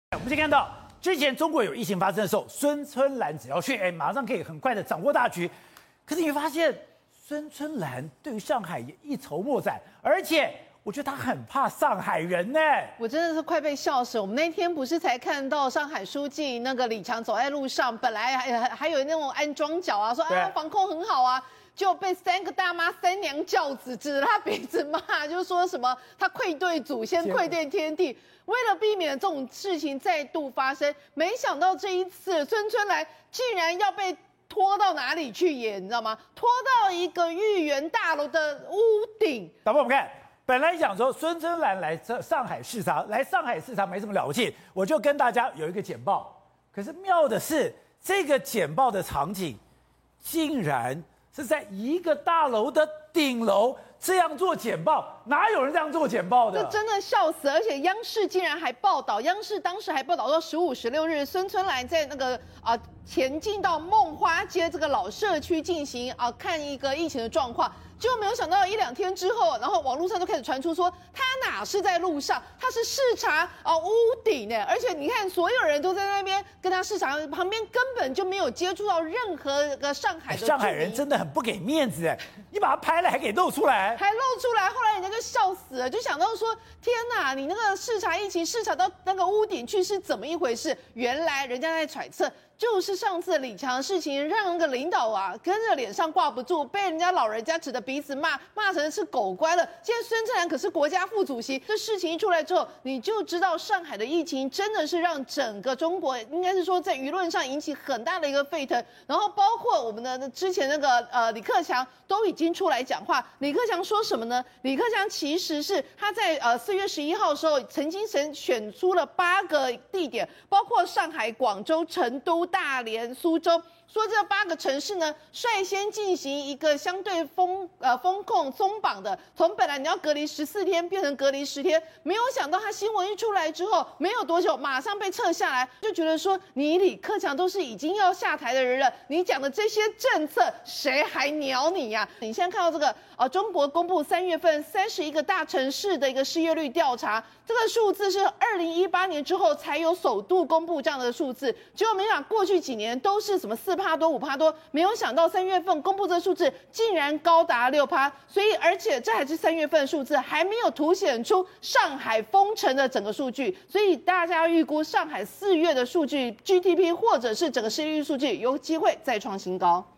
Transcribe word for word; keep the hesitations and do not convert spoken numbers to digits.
我们先看到，之前中国有疫情发生的时候，孙春兰只要去，哎，马上可以很快的掌握大局。可是你会发现，孙春兰对于上海也一筹莫展，而且我觉得他很怕上海人呢。 我真的是快被笑死。我们那天不是才看到上海书记那个李强走在路上，本来还还有那种安装脚啊，说啊防控很好啊。就被三个大妈三娘教子指着他鼻子骂，就说什么他愧对祖先、愧对天地。为了避免这种事情再度发生，没想到这一次孙春兰竟然要被拖到哪里去演，你知道吗？拖到一个豫园大楼的屋顶。 导播，我们看，本来讲说孙春兰来上海视察，来上海视察没什么了不起，我就跟大家有一个简报。可是妙的是，这个简报的场景竟然是在一个大楼的顶楼这样做简报，哪有人这样做简报的？ 这真的笑死！而且央视竟然还报道，央视当时还报道说，十五、十六日，孙春兰在那个啊、呃、前进到梦花街这个老社区进行啊、呃、看一个疫情的状况。结果没有想到一两天之后，然后网络上就开始传出说，他哪是在路上，他是视察啊、呃、屋顶呢。而且你看，所有人都在那边跟他视察，旁边根本就没有接触到任何个上海的、 哎。上海人真的很不给面子哎，你把他拍了还给露出来， 还露出来，后来人家就笑死了，就想到说，天哪，你那个视察疫情视察到那个屋顶去是怎么一回事？原来人家在揣测。就是上次李强的事情，让那个领导啊跟着脸上挂不住，被人家老人家指着鼻子骂，骂成是狗乖了。现在孙春兰可是国家副主席，这事情一出来之后，你就知道上海的疫情真的是让整个中国，应该是说在舆论上引起很大的一个沸腾。然后包括我们的之前那个呃李克强都已经出来讲话。李克强说什么呢？李克强其实是他在呃四月十一号的时候，曾经选选出了八个地点，包括上海、广州、成都、大连、苏州，说这八个城市呢，率先进行一个相对封呃封控松绑的，从本来你要隔离十四天变成隔离十天，没有想到他新闻一出来之后，没有多久马上被撤下来，就觉得说你李克强都是已经要下台的人了，你讲的这些政策谁还鸟你呀、啊？你现在看到这个呃，中国公布三月份三十一个大城市的一个失业率调查，这个数字是二零一八年之后才有首度公布这样的数字，结果没想过去几年都是什么四趴多五趴多，没有想到三月份公布这个数字竟然高达六趴，所以而且这还是三月份的数字，还没有凸显出上海封城的整个数据，所以大家预估上海四月的数据 G D P 或者是整个失业率数据有机会再创新高。